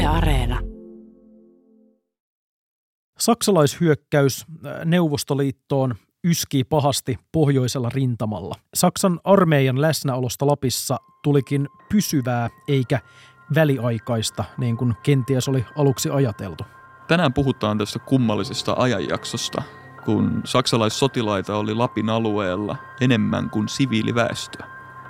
Yle Areena. Saksalaishyökkäys Neuvostoliittoon yskii pahasti pohjoisella rintamalla. Saksan armeijan läsnäolosta Lapissa tulikin pysyvää eikä väliaikaista, niin kuin kenties oli aluksi ajateltu. Tänään puhutaan tästä kummallisesta ajanjaksosta, kun saksalaissotilaita oli Lapin alueella enemmän kuin siviiliväestöä.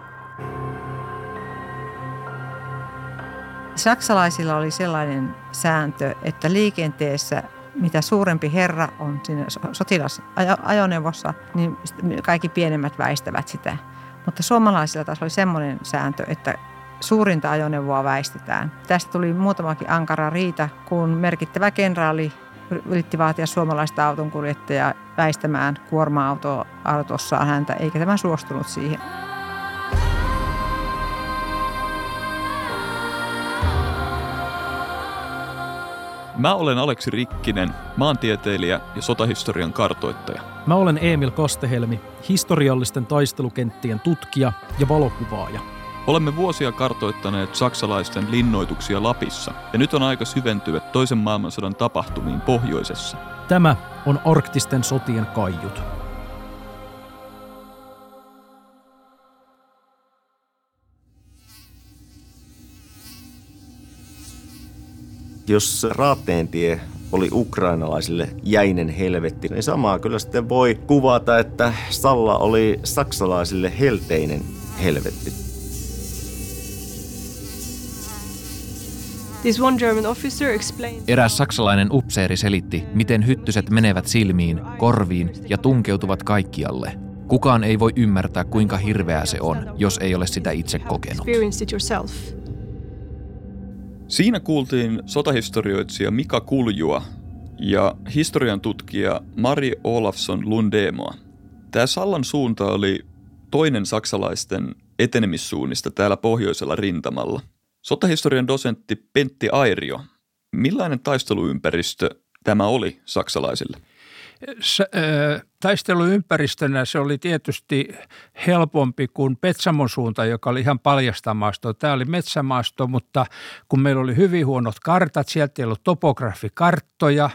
Saksalaisilla oli sellainen sääntö, että liikenteessä mitä suurempi herra on siinä sotilasajoneuvossa, niin kaikki pienemmät väistävät sitä. Mutta suomalaisilla taas oli semmoinen sääntö, että suurinta ajoneuvoa väistetään. Tästä tuli muutamakin ankara riita, kun merkittävä kenraali yritti vaatia suomalaista autonkuljettajaa väistämään kuorma-autossaan häntä, eikä tämä suostunut siihen. Mä olen Aleksi Rikkinen, maantieteilijä ja sotahistorian kartoittaja. Mä olen Emil Kastehelmi, historiallisten taistelukenttien tutkija ja valokuvaaja. Olemme vuosia kartoittaneet saksalaisten linnoituksia Lapissa, ja nyt on aika syventyä toisen maailmansodan tapahtumiin pohjoisessa. Tämä on arktisten sotien kaiut. Jos Raatteentie oli ukrainalaisille jäinen helvetti, niin samaa kyllä sitten voi kuvata, että Salla oli saksalaisille helteinen helvetti. Eräs saksalainen upseeri selitti, miten hyttyset menevät silmiin, korviin ja tunkeutuvat kaikkialle. Kukaan ei voi ymmärtää, kuinka hirveää se on, jos ei ole sitä itse kokenut. Siinä kuultiin sotahistorioitsija Mika Kuljua ja historian tutkija Mari Olafsson Lundemoa. Tämä Sallan suunta oli toinen saksalaisten etenemissuunnista täällä pohjoisella rintamalla. Sotahistorian dosentti Pentti Airio, millainen taisteluympäristö tämä oli saksalaisille? Taisteluympäristönä se oli tietysti helpompi kuin Petsamon suunta, joka oli ihan paljasta maastoa. Tämä oli metsämaasto, mutta kun meillä oli hyvin huonot kartat, sieltä ei ollut topografikarttoja,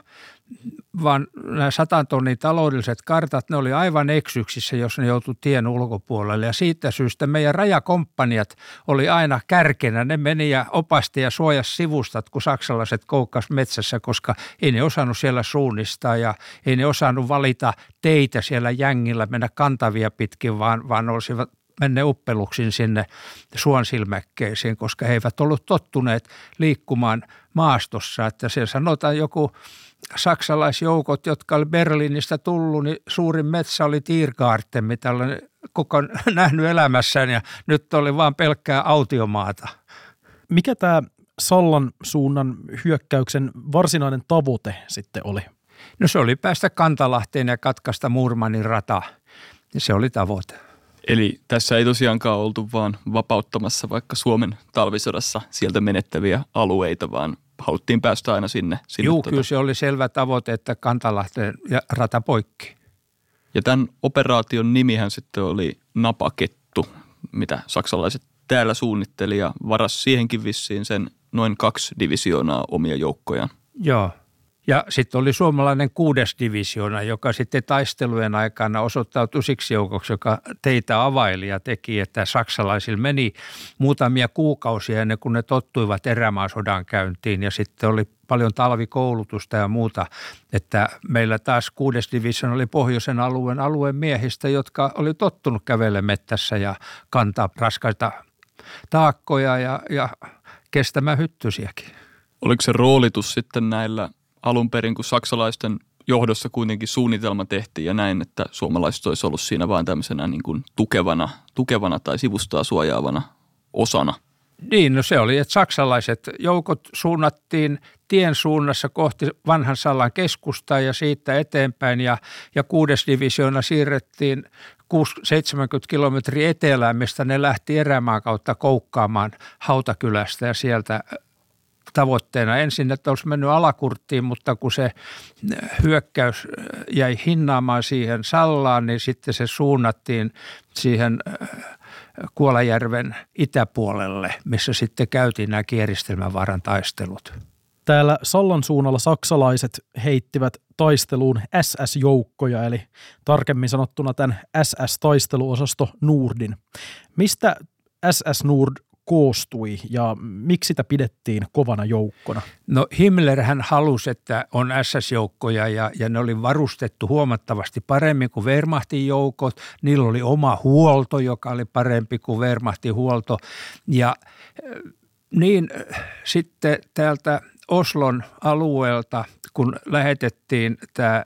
vaan nämä 100 tonnin taloudelliset kartat, ne oli aivan eksyksissä, jos ne joutui tien ulkopuolelle. Ja siitä syystä meidän rajakomppaniat oli aina kärkenä. Ne meni ja opasti ja suojasi sivustat, kun saksalaiset koukkas metsässä, koska ei ne osannut siellä suunnistaa ja ei ne osannut valita teitä siellä jängillä, mennä kantavia pitkin, vaan olisivat menne uppeluksin sinne suonsilmäkkeisiin, koska he eivät ollut tottuneet liikkumaan maastossa. Että siellä sanotaan joku saksalaisjoukot, jotka oli Berliinistä tullut, niin suurin metsä oli Tiergarten, mitä olen koko nähnyt elämässäni ja nyt oli vaan pelkkää autiomaata. Mikä tämä Sallan suunnan hyökkäyksen varsinainen tavoite sitten oli? No se oli päästä Kantalahteen ja katkaista Murmanin rata. Ja se oli tavoite. Eli tässä ei tosiaankaan oltu vaan vapauttamassa vaikka Suomen talvisodassa sieltä menettäviä alueita, vaan haluttiin päästä aina sinne. Joo, kyllä se oli selvä tavoite, että Kantalahteen ja rata poikki. Ja tämän operaation nimihän sitten oli Napakettu, mitä saksalaiset täällä suunnitteli ja varasi siihenkin vissiin sen noin 2 divisioonaa omia joukkojaan. Joo. Ja sitten oli suomalainen 6. divisioona, joka sitten taistelujen aikana osoittautui siksi joukoksi, joka teitä availi ja teki, että saksalaisilla meni muutamia kuukausia ennen kuin ne tottuivat erämaasodan käyntiin ja sitten oli paljon talvikoulutusta ja muuta, että meillä taas 6. divisioona oli pohjoisen alueen miehistä, jotka oli tottunut kävellä mettässä ja kantaa raskaita taakkoja ja kestämään hyttysiäkin. Oliko se roolitus sitten näillä alun perin, kun saksalaisten johdossa kuitenkin suunnitelma tehtiin ja näin, että suomalaiset olisi ollut siinä vain tämmöisenä niin kuin tukevana tai sivustaa suojaavana osana? Niin, no se oli, että saksalaiset joukot suunnattiin tien suunnassa kohti vanhan Sallan keskustaa ja siitä eteenpäin ja 6. divisioona siirrettiin 70 kilometriä etelään, mistä ne lähti erämaan kautta koukkaamaan Hautakylästä ja sieltä tavoitteena ensin, että olisi mennyt Alakurttiin, mutta kun se hyökkäys jäi hinnaamaan siihen Sallaan, niin sitten se suunnattiin siihen Kuolajärven itäpuolelle, missä sitten käytiin nämä kieristelmävaaran taistelut. Täällä Sallan suunnalla saksalaiset heittivät taisteluun SS-joukkoja, eli tarkemmin sanottuna tämän SS-taisteluosasto Nordin. Mistä SS Nord koostui ja miksi sitä pidettiin kovana joukkona? No Himmlerhän halusi, että on SS-joukkoja ja ne oli varustettu huomattavasti paremmin kuin Wehrmachtin joukot. Niillä oli oma huolto, joka oli parempi kuin Wehrmachtin huolto. Ja niin sitten täältä Oslon alueelta, kun lähetettiin tämä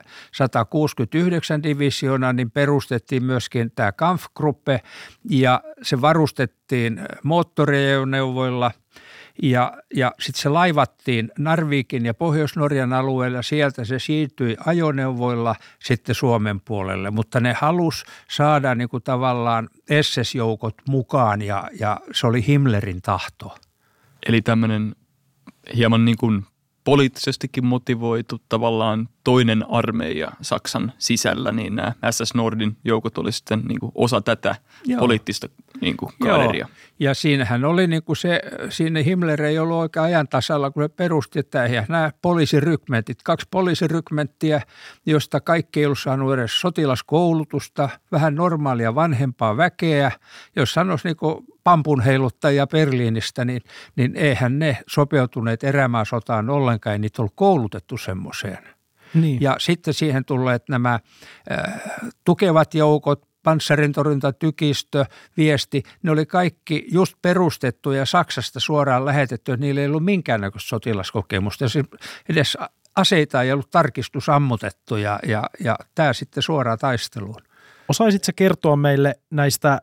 169 divisioona, niin perustettiin myöskin tämä Kampfgruppe ja se varustettiin moottoriajoneuvoilla ja sitten se laivattiin Narvikin ja Pohjois-Norjan alueella. Sieltä se siirtyi ajoneuvoilla sitten Suomen puolelle, mutta ne halusi saada niin kuin tavallaan SS-joukot mukaan ja se oli Himmlerin tahto. Eli tämmöinen hieman niin kuin poliittisestikin motivoitu tavallaan toinen armeija Saksan sisällä, niin nämä SS Nordin joukot oli sitten niin kuin osa tätä poliittista niin kuin kaveria. Ja siinähän oli niin kuin siinä Himmler ei ollut oikein ajan tasalla, kun se perusti, että nämä poliisirykmentit, 2 poliisirykmenttiä, josta kaikki ei ollut saanut edes sotilaskoulutusta, vähän normaalia vanhempaa väkeä, jos sanoisi niin kuin pampunheiluttajia Berliinistä, niin eihän ne sopeutuneet erämaasotaan ollenkaan, ei niitä ollut koulutettu semmoiseen. Niin. Ja sitten siihen tulleet nämä tukevat joukot, panssarintorjuntatykistö, viesti, ne oli kaikki just perustettu ja Saksasta suoraan lähetetty, että niillä ei ollut minkäännäköistä sotilaskokemusta. Edes aseita ei ollut tarkistusammutettu ja tämä sitten suoraan taisteluun. Osaisitko kertoa meille näistä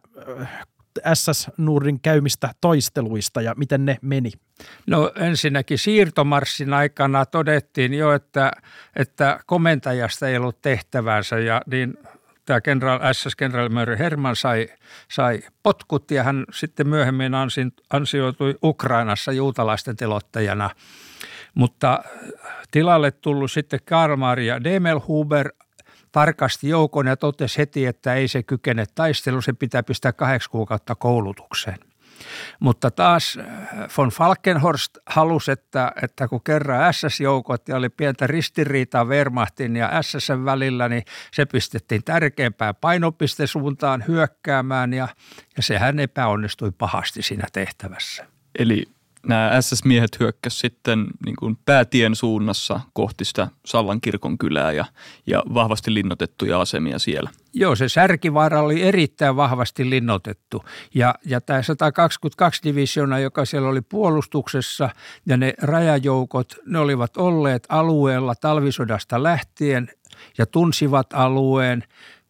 SS Nordin käymistä taisteluista ja miten ne meni? No ensinnäkin siirtomarssin aikana todettiin jo, että komentajasta ei ollut tehtävänsä ja niin tämä SS-kenraali Hermann sai potkut ja hän sitten myöhemmin ansioitui Ukrainassa juutalaisten telottajana. Mutta tilalle tullut sitten Karl ja Demelhuber tarkasti joukon ja totesi heti, että ei se kykene taisteluun, se pitää pistää 8 kuukautta koulutukseen. Mutta taas von Falkenhorst halusi, että kun kerran SS-joukot ja oli pientä ristiriitaa Wehrmachtin ja SS:n välillä, niin se pistettiin tärkeämpään painopistesuuntaan hyökkäämään ja sehän epäonnistui pahasti siinä tehtävässä. Eli nämä SS-miehet hyökkäsivät sitten niin kuin päätien suunnassa kohti sitä Sallan kirkonkylää ja vahvasti linnoitettuja asemia siellä. Joo, se Särkivaara oli erittäin vahvasti linnoitettu ja tämä 122 divisioona, joka siellä oli puolustuksessa ja ne rajajoukot, ne olivat olleet alueella talvisodasta lähtien ja tunsivat alueen.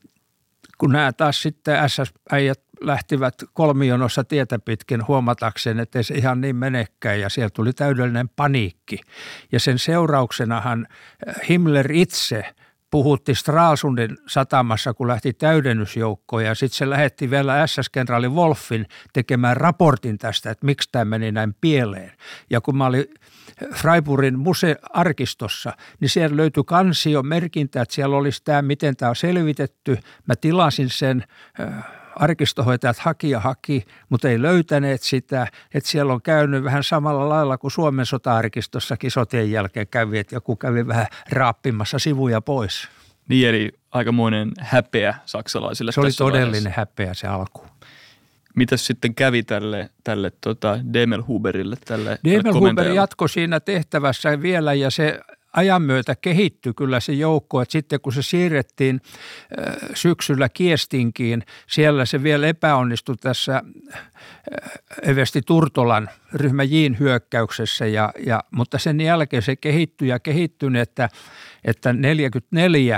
Kun nämä taas sitten SS-äijät lähtivät kolmionossa tietä pitkin huomatakseen, että ei se ihan niin menekään ja siellä tuli täydellinen paniikki. Ja sen seurauksenahan Himmler itse puhutti Stralsundin satamassa, kun lähti täydennysjoukkoon ja sitten se lähetti vielä SS-kenraali Wolffin tekemään raportin tästä, että miksi tämä meni näin pieleen. Ja kun mä olin Freiburgin arkistossa, niin siellä löytyi kansiomerkintä, että siellä olisi tämä, miten tämä on selvitetty. Mä tilasin sen, arkistohoitajat haki, mutta ei löytäneet sitä, että siellä on käynyt vähän samalla lailla kuin Suomen sota-arkistossakin sotien jälkeen kävi, että joku kävi vähän raappimassa sivuja pois. Niin, eli aikamoinen häpeä saksalaisille. Se oli todellinen vaiheessa. Häpeä se alku. Mitäs sitten kävi tälle Demelhuberille, tälle Demelhuber komentajalle? jatkoi siinä tehtävässä vielä ja se ajan myötä kehittyi kyllä se joukko, että sitten kun se siirrettiin syksyllä Kiestinkiin, siellä se vielä epäonnistui tässä Eversti Turtolan ryhmä J:n hyökkäyksessä, mutta sen jälkeen se kehittyi, että 44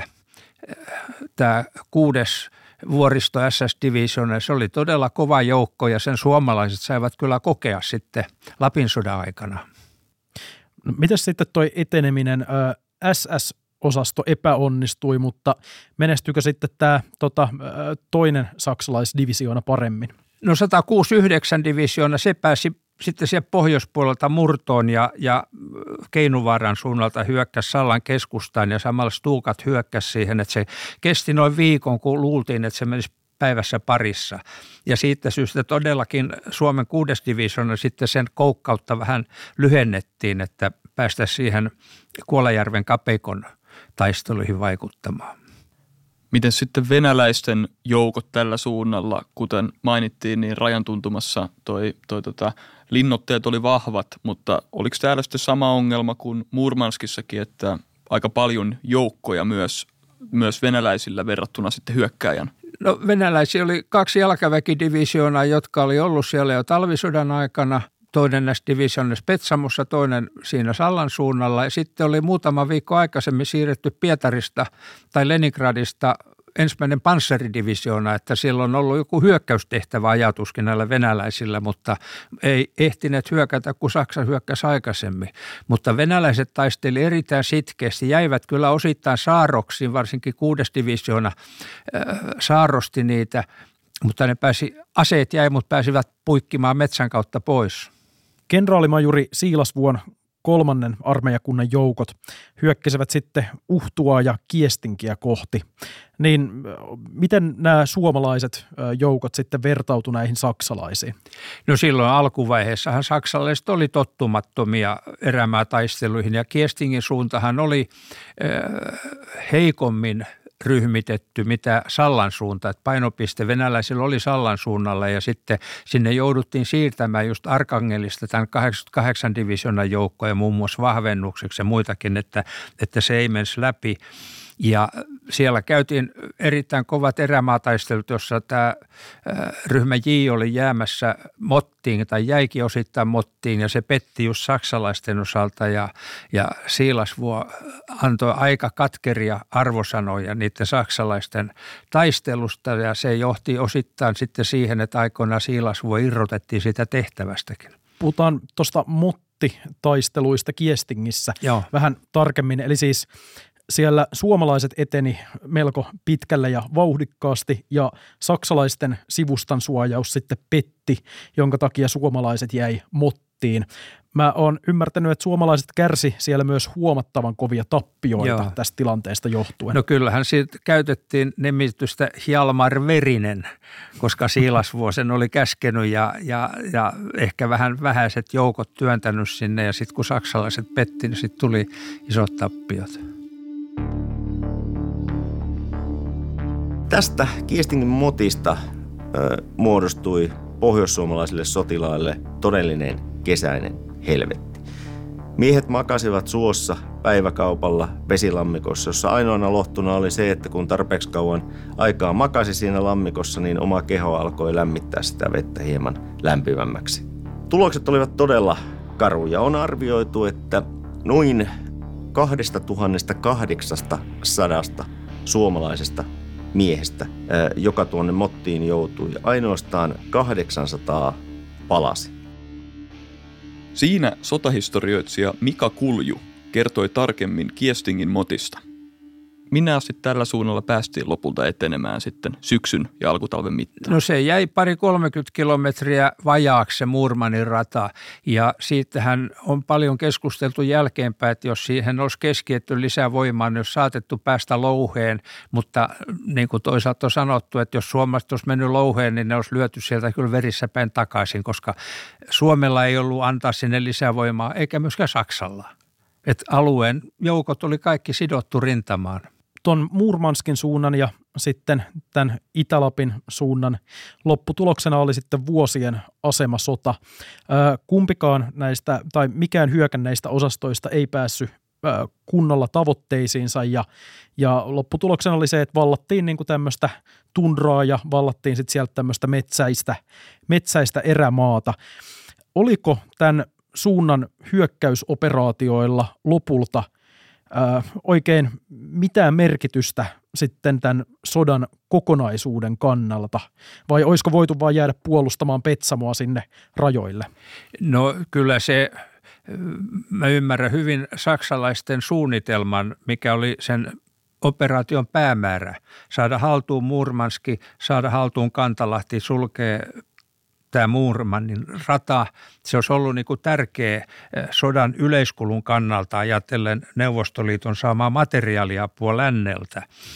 tämä 6. vuoristo SS-divisioona, se oli todella kova joukko ja sen suomalaiset saivat kyllä kokea sitten Lapin sodan aikana. No, mitäs sitten toi eteneminen? SS-osasto epäonnistui, mutta menestyykö sitten tämä toinen saksalaisdivisioona paremmin? No 169 divisioona, se pääsi sitten siellä pohjoispuolelta murtoon ja Keinuvaaran suunnalta hyökkäsi Sallan keskustaan ja samalla Stukat hyökkäsi siihen, että se kesti noin viikon, kun luultiin, että se menisi päivässä parissa. Ja siitä syystä todellakin Suomen 6. divisioona sitten sen koukkautta vähän lyhennettiin, että päästä siihen Kuolajärven kapeikon taisteluihin vaikuttamaan. Miten sitten venäläisten joukot tällä suunnalla, kuten mainittiin, niin rajan tuntumassa linnoitteet oli vahvat, mutta oliko täällä sitten sama ongelma kuin Murmanskissakin, että aika paljon joukkoja myös venäläisillä verrattuna sitten hyökkääjän? No venäläisiä oli 2 jalkaväkidivisioonaa, jotka oli ollut siellä jo talvisodan aikana. Toinen näistä divisioonissa Petsamossa, toinen siinä Sallan suunnalla. Ja sitten oli muutama viikko aikaisemmin siirretty Pietarista tai Leningradista ensimmäinen panssaridivisioona, että siellä on ollut joku hyökkäystehtävä ajatuskin näillä venäläisillä, mutta ei ehtineet hyökätä, kun Saksa hyökkäsi aikaisemmin. Mutta venäläiset taisteli erittäin sitkeästi, jäivät kyllä osittain saarroksiin, varsinkin 6. divisioona saarrosti niitä, mutta aseet jäi, mutta pääsivät puikkimaan metsän kautta pois. Kenraalimajuri Siilasvuon 3. armeijakunnan joukot hyökkäsivät sitten Uhtua ja Kiestinkiä kohti. Niin miten nämä suomalaiset joukot sitten vertautu näihin saksalaisiin? No silloin alkuvaiheessahan saksalaiset oli tottumattomia erämaataisteluihin ja Kiestingin suuntahan oli heikommin ryhmitetty, mitä Sallan suunta, että painopiste venäläisillä oli Sallan suunnalla ja sitten sinne jouduttiin siirtämään just Arkangelista tämän 88 divisioonan joukkoja muun muassa vahvennukseksi ja muitakin, että se ei menisi läpi. Ja siellä käytiin erittäin kovat erämaataistelut, jossa tämä ryhmä J oli jäämässä mottiin tai jäikin osittain mottiin ja se petti just saksalaisten osalta ja Siilasvuo antoi aika katkeria arvosanoja niiden saksalaisten taistelusta ja se johti osittain sitten siihen, että aikoinaan Siilasvuo irrotettiin sitä tehtävästäkin. Puhutaan tuosta mottitaisteluista Kiestingissä vähän tarkemmin, eli siis siellä suomalaiset eteni melko pitkälle ja vauhdikkaasti ja saksalaisten sivustan suojaus sitten petti, jonka takia suomalaiset jäi mottiin. Mä oon ymmärtänyt, että suomalaiset kärsi siellä myös huomattavan kovia tappioita tästä tilanteesta johtuen. No kyllähän siitä käytettiin nimitystä Hjalmar Verinen, koska Siilasvuo sen oli käskenyt ja ehkä vähän vähäiset joukot työntänyt sinne ja sitten kun saksalaiset petti, niin sitten tuli isot tappiot. Tästä Kiestingin motista muodostui pohjoissuomalaisille sotilaille todellinen kesäinen helvetti. Miehet makasivat suossa päiväkaupalla vesilammikossa, jossa ainoana lohtuna oli se, että kun tarpeeksi kauan aikaa makasi siinä lammikossa, niin oma keho alkoi lämmittää sitä vettä hieman lämpimämmäksi. Tulokset olivat todella karuja. On arvioitu, että noin 2800 suomalaisesta miehestä, joka tuonne mottiin joutui. Ainoastaan 800 palasi. Siinä sotahistorioitsija Mika Kulju kertoi tarkemmin Kiestingin motista. Minä asti tällä suunnalla päästiin lopulta etenemään sitten syksyn ja alkutalven mittaan? No se jäi 30 kilometriä vajaaksi se Muurmanin rata ja siitähän on paljon keskusteltu jälkeenpäin, että jos siihen olisi keskitetty lisää voimaa, niin olisi saatettu päästä Louheen, mutta niin kuin toisaalta on sanottu, että jos suomalaiset olisi mennyt Louheen, niin ne olisi lyöty sieltä kyllä verissä päin takaisin, koska Suomella ei ollut antaa sinne lisää voimaa eikä myöskään Saksalla. Että alueen joukot oli kaikki sidottu rintamaan. Tuon Murmanskin suunnan ja sitten tämän Itä-Lapin suunnan lopputuloksena oli sitten vuosien asemasota. Kumpikaan näistä tai mikään hyökänneistä osastoista ei päässyt kunnolla tavoitteisiinsa ja lopputuloksena oli se, että vallattiin niin kuin tämmöistä tundraa ja vallattiin sitten sieltä tämmöistä metsäistä erämaata. Oliko tämän suunnan hyökkäysoperaatioilla lopulta oikein mitään merkitystä sitten tämän sodan kokonaisuuden kannalta? Vai olisiko voitu vaan jäädä puolustamaan Petsamoa sinne rajoille? No kyllä se, mä ymmärrän hyvin saksalaisten suunnitelman, mikä oli sen operaation päämäärä. Saada haltuun Murmanski, saada haltuun Kantalahti, sulkee tämä Muurmanin rata, se olisi ollut niin kuin tärkeä sodan yleiskulun kannalta ajatellen Neuvostoliiton saamaa materiaaliapua länneltä.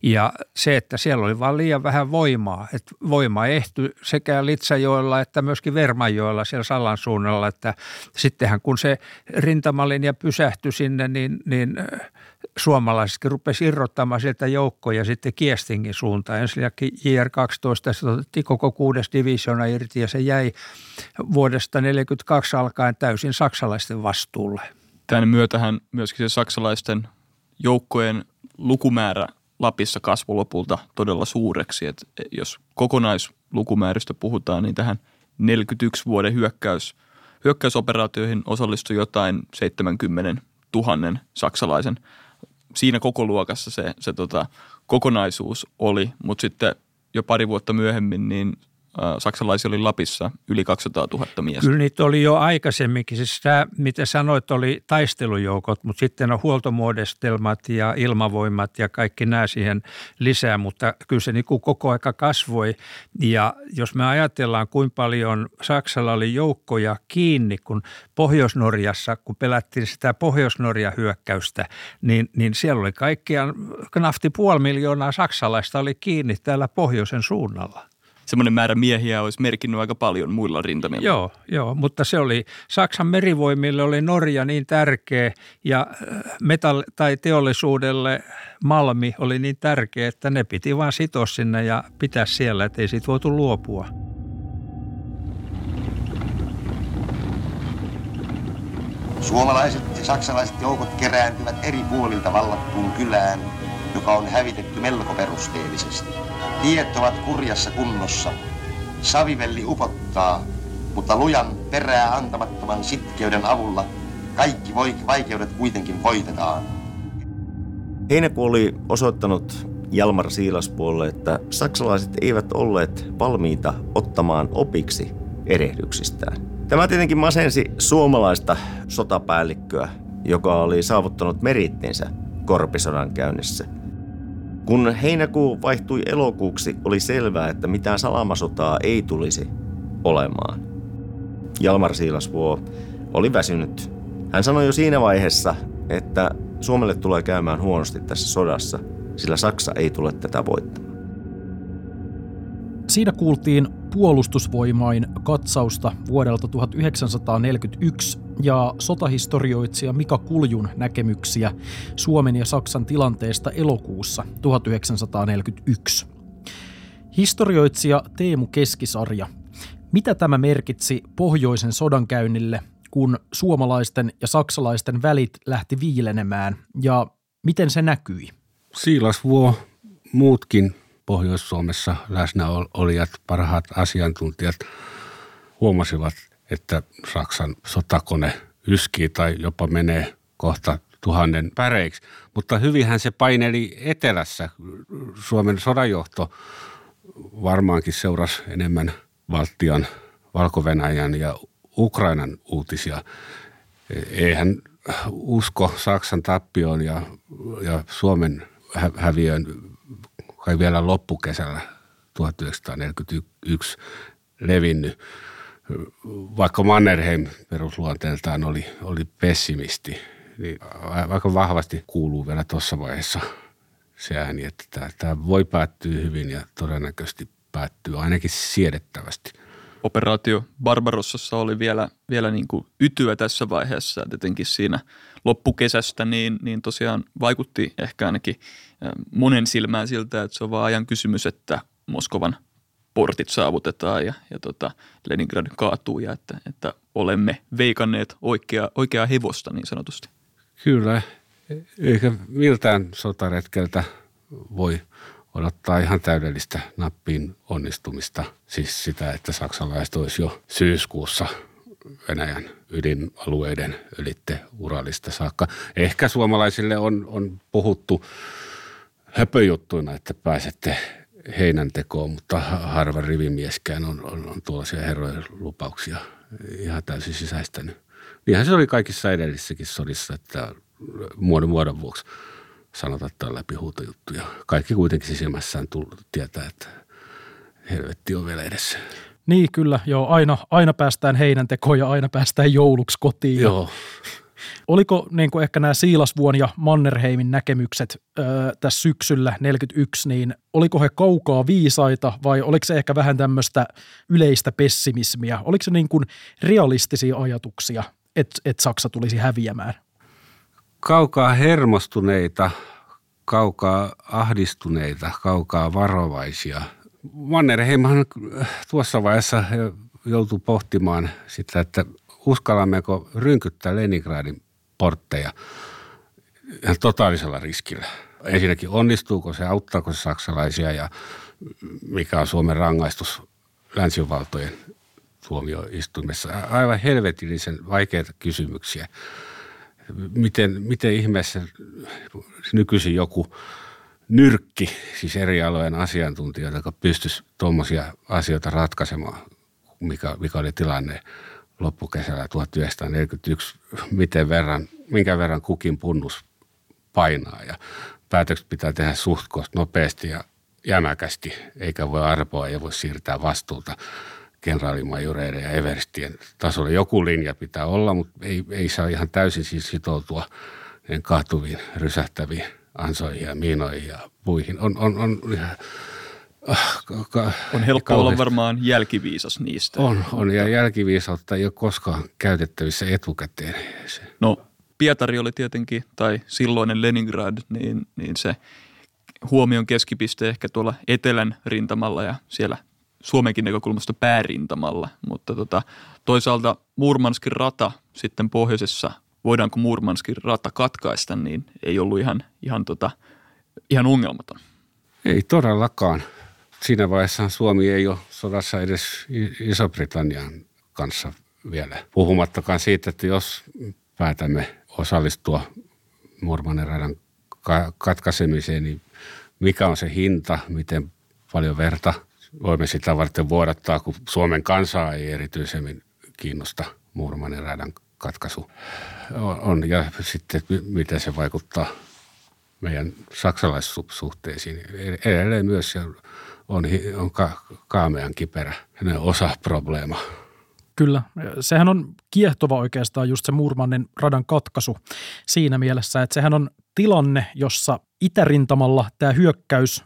Ja se, että siellä oli vaan liian vähän voimaa. Että voima ehtyi sekä Litsajoella että myöskin Vermanjoella siellä Sallan suunnalla. Että sittenhän kun se rintamalinja pysähtyi sinne, niin suomalaisetkin rupesi irrottamaan sieltä joukkoja sitten Kiestingin suuntaan. Ensinnäkin JR-12 se otettiin koko 6. divisioona irti ja se jäi vuodesta 1942 alkaen täysin saksalaisten vastuulle. Tämän myötähän myöskin se saksalaisten joukkojen lukumäärä Lapissa kasvoi lopulta todella suureksi. Et jos kokonaislukumääristä puhutaan, niin tähän 41 vuoden hyökkäysoperaatioihin osallistui jotain 70 000 saksalaisen. Siinä koko luokassa se kokonaisuus oli, mutta sitten jo pari vuotta myöhemmin niin saksalaisia oli Lapissa yli 200 000 miestä. Kyllä niitä oli jo aikaisemminkin. Siis tämä, mitä sanoit, oli taistelujoukot, mutta sitten on huoltomuodostelmat ja ilmavoimat ja kaikki nämä siihen lisää, mutta kyllä se niin kuin koko aika kasvoi. Ja jos me ajatellaan, kuinka paljon Saksalla oli joukkoja kiinni, kun Pohjois-Norjassa, kun pelättiin sitä Pohjois-Norjan hyökkäystä, niin siellä oli kaikkiaan knafti 500 000 saksalaista oli kiinni täällä pohjoisen suunnalla. Semmoinen määrä miehiä olisi merkinnyt aika paljon muilla rintamilla. Joo, mutta se oli, Saksan merivoimille oli Norja niin tärkeä ja teollisuudelle Malmi oli niin tärkeä, että ne piti vaan sitoa sinne ja pitää siellä, ettei siitä voitu luopua. Suomalaiset ja saksalaiset joukot kerääntyvät eri puolilta vallattuun kylään, joka on hävitetty melko perusteellisesti. Tiet ovat kurjassa kunnossa. Savivelli upottaa, mutta lujan perää antamattoman sitkeyden avulla kaikki vaikeudet kuitenkin voitetaan. Heinäkuu oli osoittanut Hjalmar Siilasvuolle, että saksalaiset eivät olleet valmiita ottamaan opiksi erehdyksistään. Tämä tietenkin masensi suomalaista sotapäällikköä, joka oli saavuttanut merittinsä Korpisodan käynnissä. Kun heinäkuu vaihtui elokuuksi, oli selvää, että mitään salamasotaa ei tulisi olemaan. Hjalmar Siilasvuo oli väsynyt. Hän sanoi jo siinä vaiheessa, että Suomelle tulee käymään huonosti tässä sodassa, sillä Saksa ei tule tätä voittamaan. Siinä kuultiin puolustusvoimain katsausta vuodelta 1941 ja sotahistorioitsija Mika Kuljun näkemyksiä Suomen ja Saksan tilanteesta elokuussa 1941. Historioitsija Teemu Keskisarja, mitä tämä merkitsi pohjoisen sodankäynnille, kun suomalaisten ja saksalaisten välit lähti viilenemään ja miten se näkyi? Siilasvuo, muutkin Pohjois-Suomessa läsnäolijat, parhaat asiantuntijat huomasivat, että Saksan sotakone yskii tai jopa menee kohta 1000 päreiksi. Mutta hyvinhän se paineli etelässä. Suomen sodanjohto varmaankin seurasi enemmän Baltian, Valko-Venäjän ja Ukrainan uutisia. Eihän usko Saksan tappioon ja Suomen häviöön kai vielä loppukesällä 1941 levinnyt, vaikka Mannerheim perusluonteeltaan oli pessimisti, niin aika vahvasti kuuluu vielä tuossa vaiheessa se ääni, että tämä voi päättyä hyvin ja todennäköisesti päättyy ainakin siedettävästi. Operaatio Barbarossassa oli vielä niin kuin ytyä tässä vaiheessa, että etenkin siinä loppukesästä niin tosiaan vaikutti ehkä ainakin monen silmään siltä, että se on vaan ajan kysymys, että Moskovan portit saavutetaan ja Leningrad kaatuu ja että olemme veikanneet oikeaa hevosta niin sanotusti. Kyllä, eikä miltään sotaretkeltä voi odottaa ihan täydellistä nappiin onnistumista. Siis sitä, että saksalaiset olisi jo syyskuussa Venäjän ydinalueiden ylitte Uralista saakka. Ehkä suomalaisille on puhuttu höpöjuttuina, että pääsette heinäntekoon, mutta harva rivimieskään on tuollaisia herrojen lupauksia ihan täysin sisäistänyt. Niinhän se oli kaikissa edellisissäkin sodissa, että muodon vuoksi sanotaan, että on läpihuutojuttuja. Kaikki kuitenkin sisimmässään tietää, että helvetti on vielä edessä. Niin kyllä, joo, aina päästään heinäntekoon ja aina päästään jouluksi kotiin. Joo. Oliko niin kuin ehkä nämä Siilasvuon ja Mannerheimin näkemykset tässä syksyllä 1941, niin oliko he kaukaa viisaita vai oliko se ehkä vähän tämmöistä yleistä pessimismiä? Oliko se niin kuin realistisia ajatuksia, että Saksa tulisi häviämään? Kaukaa hermostuneita, kaukaa ahdistuneita, kaukaa varovaisia. Mannerheimhan tuossa vaiheessa joutui pohtimaan sitä, että uskallammeko rynkyttää Leningradin portteja ihan totaalisella riskillä. Ensinnäkin onnistuuko se, auttaako se saksalaisia ja mikä on Suomen rangaistus länsivaltojen tuomioistuimessa. Aivan helvetillisen vaikeita kysymyksiä. Miten ihmeessä nykyisin joku nyrkki, siis eri alojen asiantuntijoita, joka pystyisi tuommoisia asioita ratkaisemaan, mikä oli tilanne loppukesällä 1941, minkä verran kukin punnus painaa ja päätökset pitää tehdä suht nopeasti ja jämäkästi, eikä voi arpoa ja voi siirtää vastuuta kenraalimajoreiden ja everstien tasolla. Joku linja pitää olla, mutta ei saa ihan täysin siis sitoutua kaatuviin, rysähtäviin ansoihin ja miinoihin ja puihin. On helppo olla varmaan jälkiviisas niistä. On ja jälkiviisautta ei ole koskaan käytettävissä etukäteen. No Pietari oli tietenkin, tai silloinen Leningrad, niin se huomion keskipiste ehkä tuolla etelän rintamalla ja siellä Suomenkin näkökulmasta päärintamalla, mutta toisaalta Murmanskin rata sitten pohjoisessa, voidaanko Murmanskin rata katkaista, niin ei ollut ihan ongelmaton. Ei todellakaan. Siinä vaiheessa Suomi ei ole sodassa edes Iso-Britannian kanssa vielä. Puhumattakaan siitä, että jos päätämme osallistua Murmanin radan katkaisemiseen, niin mikä on se hinta, miten paljon verta voimme sitä varten vuodattaa, kun Suomen kansaa ei erityisemmin kiinnosta Murmanin radan katkaisu on. Ja sitten miten se vaikuttaa meidän saksalaissuhteisiin. Edelleen myös on kaamean kiperä osa probleema. Kyllä. Sehän on kiehtova oikeastaan just se Murmanin radan katkaisu siinä mielessä, että sehän on tilanne, jossa itärintamalla tämä hyökkäys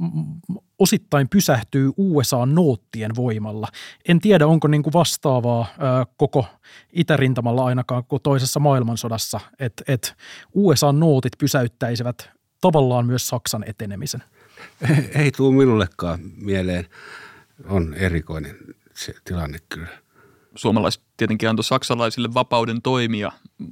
osittain pysähtyy USA-noottien voimalla. En tiedä, onko niinku vastaavaa koko itärintamalla ainakaan koko toisessa maailmansodassa, että USA-nootit pysäyttäisivät tavallaan myös Saksan etenemisen. Ei tule minullekaan mieleen. On erikoinen se tilanne kyllä. Suomalaiset tietenkin antoi saksalaisille vapauden toimia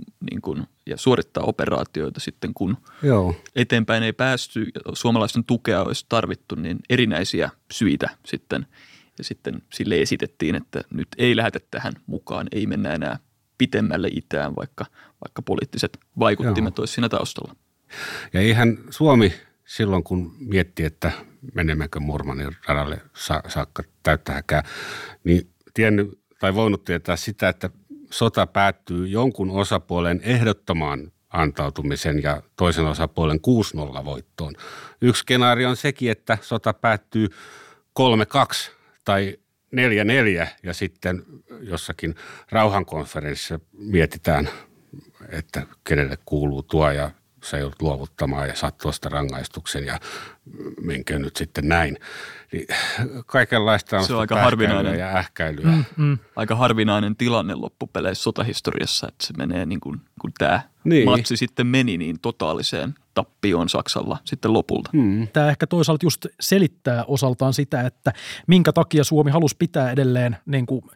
ja suorittaa operaatioita sitten, kun eteenpäin ei päästy ja suomalaisten tukea olisi tarvittu, niin erinäisiä syitä sitten. Ja sitten sille esitettiin, että nyt ei lähdetä tähän mukaan, ei mennä enää pitemmälle itään, vaikka poliittiset vaikuttimet olisi siinä taustalla. Ja eihän Suomi silloin, kun mietti, että menemmekö Murmanin radalle saakka täyttä häkää, niin tiennyt tai voinut tietää sitä, että sota päättyy jonkun osapuolen ehdottomaan antautumisen ja toisen osapuolen 6-0 voittoon. Yksi skenaario on sekin, että sota päättyy 3-2 tai 4-4 ja sitten jossakin rauhankonferenssissa mietitään, että kenelle kuuluu tuo ja sä joudut luovuttamaan ja saat tuosta rangaistuksen ja menkö nyt sitten näin. Niin kaikenlaista on aika harvinainen ja ähkäilyä. Aika harvinainen tilanne loppupeleissä sotahistoriassa, että se menee niin kuin tämä matsi sitten meni niin totaaliseen tappioon Saksalla sitten lopulta. Tämä ehkä toisaalta just selittää osaltaan sitä, että minkä takia Suomi halusi pitää edelleen niin kuin,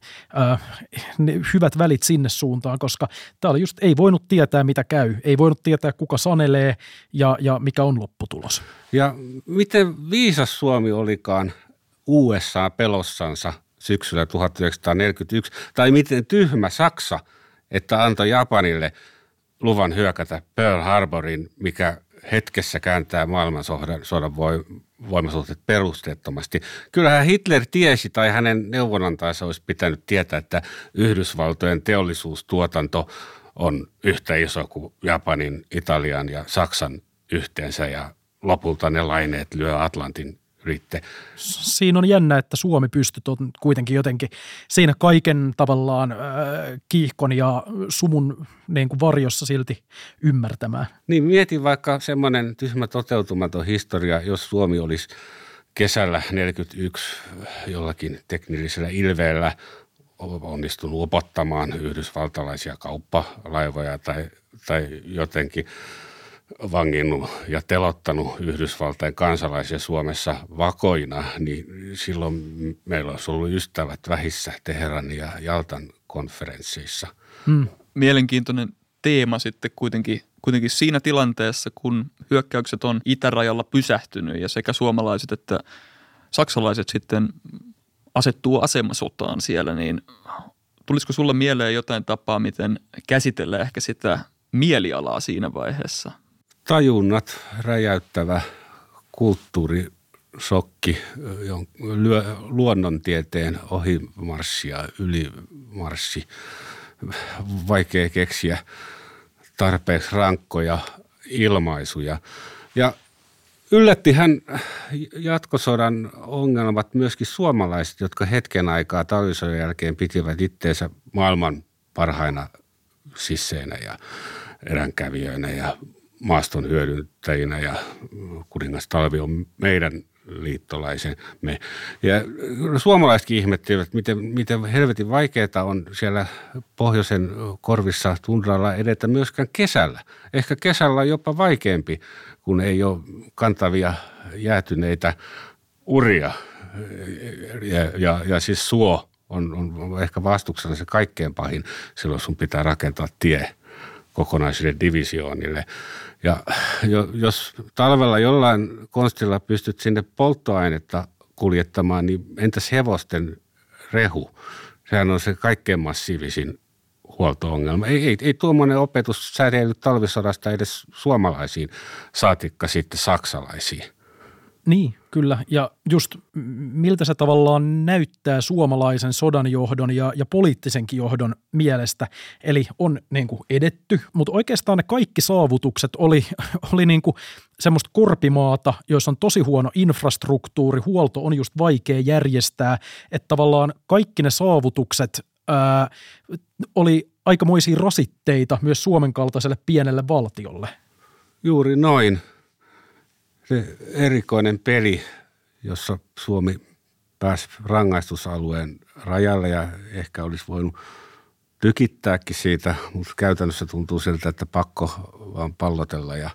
ne hyvät välit sinne suuntaan, koska tämä oli just, ei voinut tietää mitä käy, ei voinut tietää kuka sanelee ja mikä on lopputulos. Ja miten viisas Suomi olikaan USA pelossansa syksyllä 1941, tai miten tyhmä Saksa, että antoi Japanille luvan hyökätä Pearl Harborin, mikä hetkessä kääntää maailmansodan voimasuhteet perusteettomasti. Kyllähän Hitler tiesi tai hänen neuvonantajansa olisi pitänyt tietää, että Yhdysvaltojen teollisuustuotanto on yhtä iso kuin Japanin, Italian ja Saksan yhteensä ja lopulta ne laineet lyö Atlantin britte. Siinä on jännä, että Suomi pystyy kuitenkin jotenkin siinä kaiken tavallaan kiihkon ja sumun niin kuin varjossa silti ymmärtämään. Niin mietin vaikka semmoinen tyhmä toteutumaton historia, jos Suomi olisi kesällä 1941 jollakin teknillisellä ilveellä onnistunut opottamaan yhdysvaltalaisia kauppalaivoja tai jotenkin vanginnut ja telottanut Yhdysvaltain kansalaisia Suomessa vakoina, niin silloin meillä olisi ollut ystävät vähissä Teheranin ja Jaltan konferensseissa. Mielenkiintoinen teema sitten kuitenkin siinä tilanteessa, kun hyökkäykset on itärajalla pysähtynyt ja sekä suomalaiset että saksalaiset sitten asettuu asemasotaan siellä, niin tulisiko sulle mieleen jotain tapaa, miten käsitellä ehkä sitä mielialaa siinä vaiheessa? Tajunnat, räjäyttävä kulttuurisokki, luonnontieteen ohimarssi ja ylimarssi, vaikea keksiä tarpeeksi rankkoja ilmaisuja. Ja yllättihän jatkosodan ongelmat myöskin suomalaiset, jotka hetken aikaa talvisodan jälkeen pitivät itteensä maailman parhaina sisseinä ja eränkävijöinä ja maaston hyödyntäjinä ja kuningas Talvi on meidän liittolaisemme. Ja suomalaisetkin ihmettivät, miten helvetin vaikeaa on siellä pohjoisen korvissa tundralla edetä myöskään kesällä. Ehkä kesällä on jopa vaikeampi, kun ei ole kantavia jäätyneitä uria. Ja siis suo on ehkä vastuksena se kaikkein pahin. Silloin sun pitää rakentaa tie kokonaisille divisioonille. Ja jos talvella jollain konstilla pystyt sinne polttoainetta kuljettamaan, niin entäs hevosten rehu? Sehän on se kaikkein massiivisin huolto-ongelma. Ei tuommoinen opetus säteily talvisodasta edes suomalaisiin, saatikka sitten saksalaisiin. Niin, kyllä. Ja just miltä se tavallaan näyttää suomalaisen sodanjohdon ja poliittisenkin johdon mielestä. Eli on niin kuin edetty, mutta oikeastaan ne kaikki saavutukset oli niin kuin semmoista korpimaata, joissa on tosi huono infrastruktuuri, huolto on just vaikea järjestää, että tavallaan kaikki ne saavutukset oli aikamoisia rasitteita myös Suomen kaltaiselle pienelle valtiolle. Juuri noin. Se erikoinen peli, jossa Suomi pääsi rangaistusalueen rajalle ja ehkä olisi voinut tykittääkin siitä, mutta käytännössä tuntuu siltä, että pakko vaan pallotella ja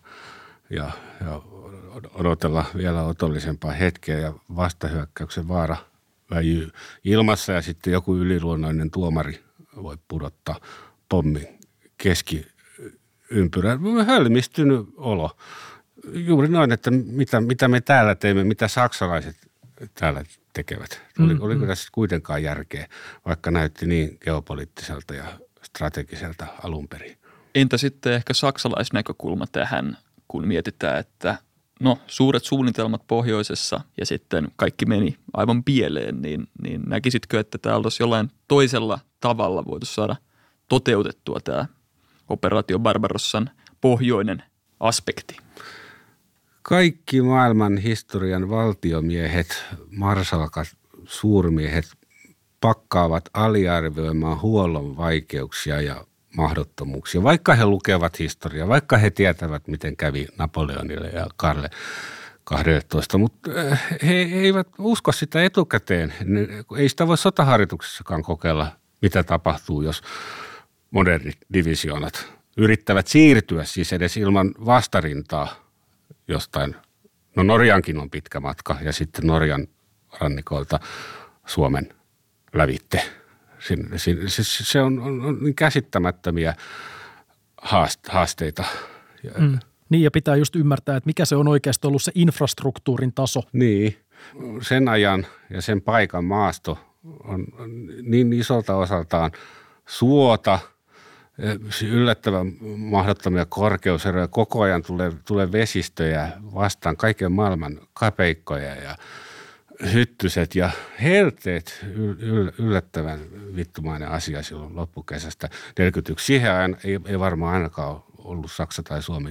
odotella vielä otollisempaa hetkeä ja vastahyökkäyksen vaara väijyy ilmassa ja sitten joku yliluonnollinen tuomari voi pudottaa pommin keskiympyrään. Hölmistynyt olo. Juuri noin, että mitä me täällä teemme, mitä saksalaiset täällä tekevät. Oliko tässä kuitenkaan järkeä, vaikka näytti niin geopoliittiselta ja strategiselta alun perin? Entä sitten ehkä saksalaisnäkökulma tähän, kun mietitään, että suuret suunnitelmat pohjoisessa ja sitten kaikki meni aivan pieleen, niin näkisitkö, että täällä olisi jollain toisella tavalla voitu saada toteutettua tämä operaatio Barbarossan pohjoinen aspekti? Kaikki maailman historian valtiomiehet, marsalkat, suurmiehet pakkaavat aliarvioimaan huollon vaikeuksia ja mahdottomuuksia, vaikka he lukevat historiaa, vaikka he tietävät, miten kävi Napoleonille ja Karle 12, mutta he eivät usko sitä etukäteen. Ei sitä voi sotaharjoituksessakaan kokeilla, mitä tapahtuu, jos modernit divisioonat yrittävät siirtyä siis edes ilman vastarintaa jostain. No Norjankin on pitkä matka ja sitten Norjan rannikolta Suomen lävitte. Se on niin käsittämättömiä haasteita. Niin ja pitää just ymmärtää, että mikä se on oikeasti ollut se infrastruktuurin taso. Niin, sen ajan ja sen paikan maasto on niin isolta osaltaan suota, yllättävän mahdottomia korkeuseroja. Koko ajan tulee vesistöjä vastaan, kaiken maailman kapeikkoja ja hyttyset ja herteet, yllättävän vittumainen asia silloin loppukesästä 1941. Siihen ajan ei varmaan ainakaan ollut Saksa tai Suomi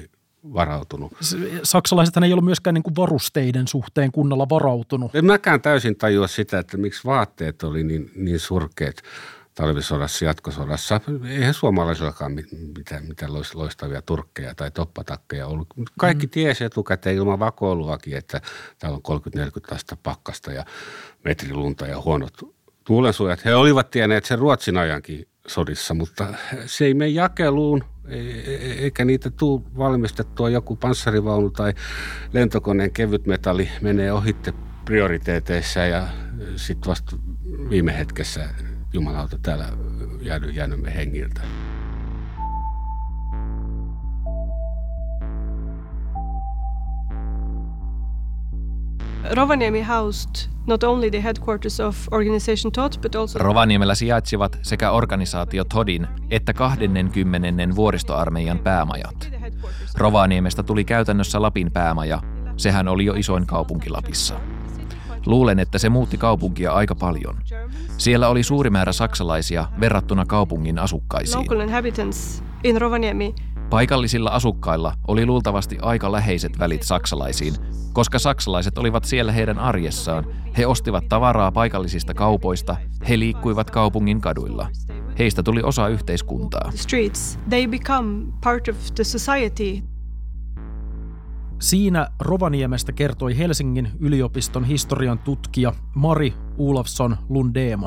varautunut. Saksalaisethan ei ollut myöskään niin kuin varusteiden suhteen kunnolla varautunut. En mäkään täysin tajua sitä, että miksi vaatteet oli niin surkeat talvisodassa, jatkosodassa. Eihän suomalaisillakaan mitään loistavia turkkeja tai toppatakkeja ollut. Kaikki tiesi etukäteen ilman vakoiluakin, että täällä on 30-40 astetta pakkasta ja metri lunta ja huonot tuulensuojat. He olivat tienneet sen Ruotsin ajankin sodissa, mutta se ei mene jakeluun, eikä niitä tule valmistettua. Joku panssarivaunu tai lentokoneen kevytmetalli menee ohitte prioriteeteissa ja sitten vasta viime hetkessä jumalauta täällä jäänyt hengiltä. Rovaniemi housed not only the headquarters of organization TOT, but also... Rovaniemellä sijaitsivat sekä organisaatio TODin että 20. vuoristoarmeijan päämajat. Rovaniemestä tuli käytännössä Lapin päämaja. Sehän oli jo isoin kaupunki Lapissa. Luulen, että se muutti kaupunkia aika paljon. Siellä oli suuri määrä saksalaisia verrattuna kaupungin asukkaisiin. Local inhabitants in Rovaniemi. Paikallisilla asukkailla oli luultavasti aika läheiset välit saksalaisiin, koska saksalaiset olivat siellä heidän arjessaan. He ostivat tavaraa paikallisista kaupoista, he liikkuivat kaupungin kaduilla. Heistä tuli osa yhteiskuntaa. Streets, they become part of the society. Siinä Rovaniemestä kertoi Helsingin yliopiston historian tutkija Mari Olofsson Lundemo.